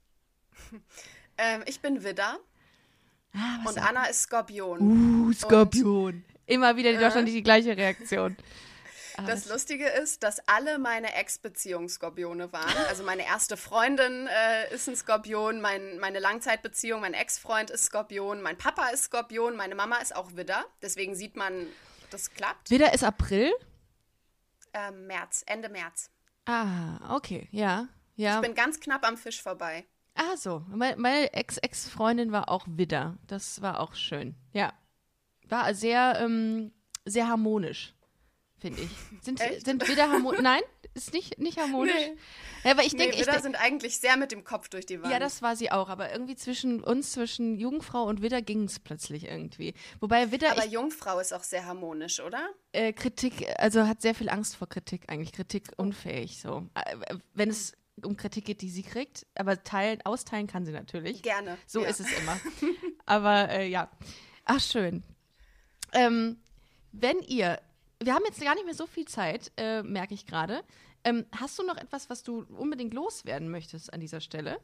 Ich bin Widder. Und Anna ist Skorpion.
Skorpion. Immer wieder in Deutschland die gleiche Reaktion.
Das Lustige ist, dass alle meine Ex-Beziehungen Skorpione waren. Also meine erste Freundin ist ein Skorpion, meine Langzeitbeziehung, mein Ex-Freund ist Skorpion, mein Papa ist Skorpion, meine Mama ist auch Widder. Deswegen sieht man, das klappt.
Widder ist April?
Ende März.
Ah, okay, ja.
Ich bin ganz knapp am Fisch vorbei.
Ah, so. Meine Ex-Freundin war auch Widder. Das war auch schön. Ja. War sehr, sehr harmonisch. finde ich. Sind Widder harmonisch? Nein, ist nicht harmonisch. Nee. Ja, aber ich denke,
Widder sind eigentlich sehr mit dem Kopf durch die Wand.
Ja, das war sie auch, aber irgendwie zwischen Jungfrau und Widder ging es plötzlich irgendwie. Wobei Widder.
Aber Jungfrau ist auch sehr harmonisch, oder?
Kritik, also hat sehr viel Angst vor Kritik eigentlich, kritikunfähig so. Wenn es um Kritik geht, die sie kriegt, aber austeilen kann sie natürlich.
Gerne.
So ist es immer. Aber ja. Ach, schön. Wir haben jetzt gar nicht mehr so viel Zeit, merke ich gerade. Hast du noch etwas, was du unbedingt loswerden möchtest an dieser Stelle?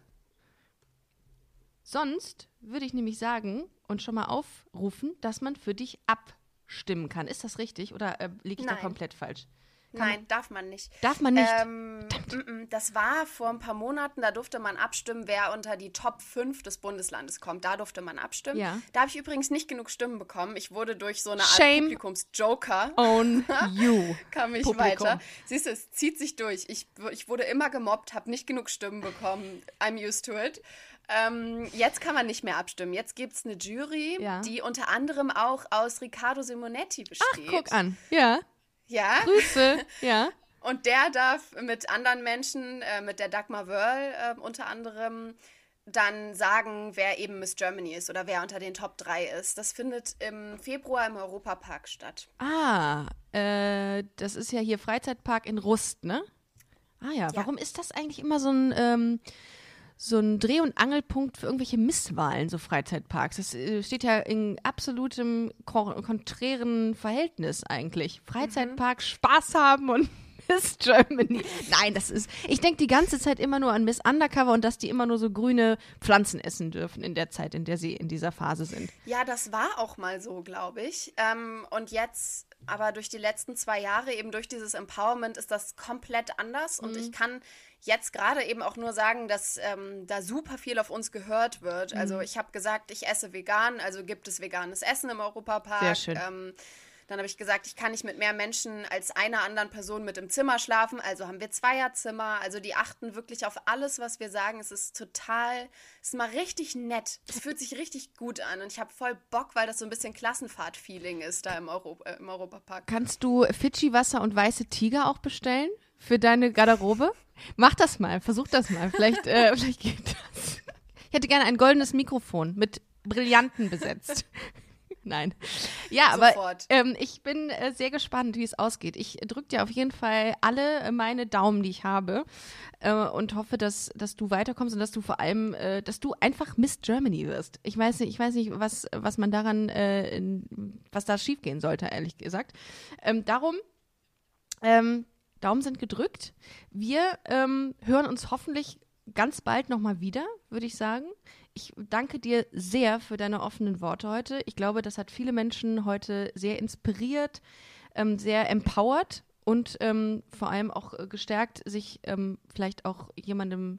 Sonst würde ich nämlich sagen und schon mal aufrufen, dass man für dich abstimmen kann. Ist das richtig oder liege ich da komplett falsch?
Nein, darf man nicht.
Darf man nicht?
Das war vor ein paar Monaten, da durfte man abstimmen, wer unter die Top 5 des Bundeslandes kommt. Da durfte man abstimmen. Ja. Da habe ich übrigens nicht genug Stimmen bekommen. Ich wurde durch so eine Art Publikumsjoker
on you.
kam ich weiter. Siehst du, es zieht sich durch. Ich wurde immer gemobbt, habe nicht genug Stimmen bekommen. I'm used to it. Jetzt kann man nicht mehr abstimmen. Jetzt gibt es eine Jury, die unter anderem auch aus Riccardo Simonetti besteht.
Ach, guck an. Ja.
Ja.
Grüße, ja.
Und der darf mit anderen Menschen, mit der Dagmar Wörl unter anderem, dann sagen, wer eben Miss Germany ist oder wer unter den Top 3 ist. Das findet im Februar im Europapark statt.
Das ist ja hier Freizeitpark in Rust, ne? Ja. Warum ist das eigentlich immer so ein Dreh- und Angelpunkt für irgendwelche Misswahlen, so Freizeitparks? Das steht ja in absolutem konträren Verhältnis eigentlich. Freizeitpark, Spaß haben und Miss Germany. Nein, ich denke die ganze Zeit immer nur an Miss Undercover und dass die immer nur so grüne Pflanzen essen dürfen in der Zeit, in der sie in dieser Phase sind.
Ja, das war auch mal so, glaube ich. Und jetzt, aber durch die letzten 2 Jahre, eben durch dieses Empowerment, ist das komplett anders. Und ich kann jetzt gerade eben auch nur sagen, dass da super viel auf uns gehört wird. Also ich habe gesagt, ich esse vegan, also gibt es veganes Essen im Europapark.
Sehr schön.
Dann habe ich gesagt, ich kann nicht mit mehr Menschen als einer anderen Person mit im Zimmer schlafen. Also haben wir Zweierzimmer. Also die achten wirklich auf alles, was wir sagen. Es ist mal richtig nett. Es fühlt sich richtig gut an. Und ich habe voll Bock, weil das so ein bisschen Klassenfahrt-Feeling ist da im Europapark.
Kannst du Fidschi-Wasser und weiße Tiger auch bestellen für deine Garderobe? Mach das mal, versuch das mal. Vielleicht geht das. Ich hätte gerne ein goldenes Mikrofon mit Brillanten besetzt. Nein. Ja,
Sofort.
Aber ich bin sehr gespannt, wie es ausgeht. Ich drücke dir auf jeden Fall alle meine Daumen, die ich habe und hoffe, dass du weiterkommst und dass du vor allem, dass du einfach Miss Germany wirst. Ich weiß nicht, was man daran, was da schiefgehen sollte, ehrlich gesagt. Darum, Daumen sind gedrückt. Wir hören uns hoffentlich ganz bald nochmal wieder, würde ich sagen. Ich danke dir sehr für deine offenen Worte heute. Ich glaube, das hat viele Menschen heute sehr inspiriert, sehr empowert und vor allem auch gestärkt, sich vielleicht auch jemandem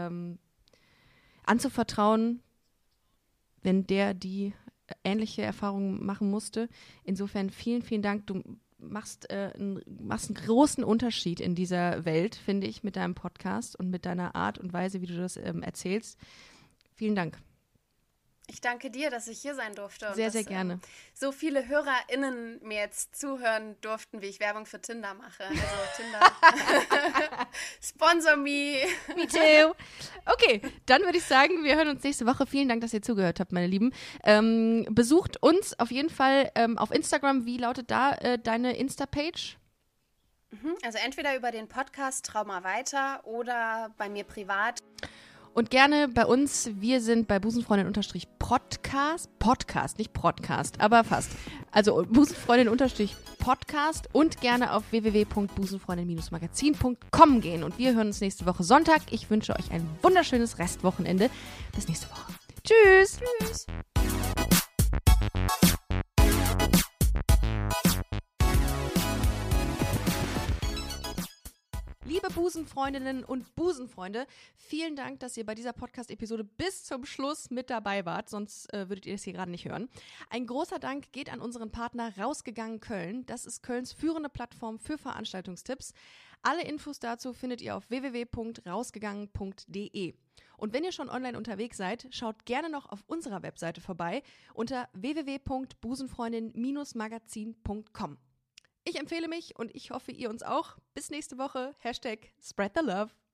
anzuvertrauen, wenn die ähnliche Erfahrungen machen musste. Insofern vielen, vielen Dank. Du machst einen großen Unterschied in dieser Welt, finde ich, mit deinem Podcast und mit deiner Art und Weise, wie du das erzählst. Vielen Dank.
Ich danke dir, dass ich hier sein durfte. Und
sehr, sehr gerne.
So viele HörerInnen mir jetzt zuhören durften, wie ich Werbung für Tinder mache. Also Tinder. Sponsor me.
Me too. Okay, dann würde ich sagen, wir hören uns nächste Woche. Vielen Dank, dass ihr zugehört habt, meine Lieben. Besucht uns auf jeden Fall auf Instagram. Wie lautet da deine Insta-Page?
Also entweder über den Podcast Trauma weiter oder bei mir privat.
Und gerne bei uns, wir sind bei Busenfreundin-Podcast, nicht Podcast, aber fast. Also Busenfreundin-Podcast und gerne auf www.busenfreundin-magazin.com gehen. Und wir hören uns nächste Woche Sonntag. Ich wünsche euch ein wunderschönes Restwochenende. Bis nächste Woche. Tschüss.
Tschüss.
Liebe Busenfreundinnen und Busenfreunde, vielen Dank, dass ihr bei dieser Podcast-Episode bis zum Schluss mit dabei wart, sonst würdet ihr das hier gerade nicht hören. Ein großer Dank geht an unseren Partner Rausgegangen Köln. Das ist Kölns führende Plattform für Veranstaltungstipps. Alle Infos dazu findet ihr auf www.rausgegangen.de. Und wenn ihr schon online unterwegs seid, schaut gerne noch auf unserer Webseite vorbei unter www.busenfreundin-magazin.com. Ich empfehle mich und ich hoffe, ihr uns auch. Bis nächste Woche. #SpreadTheLove.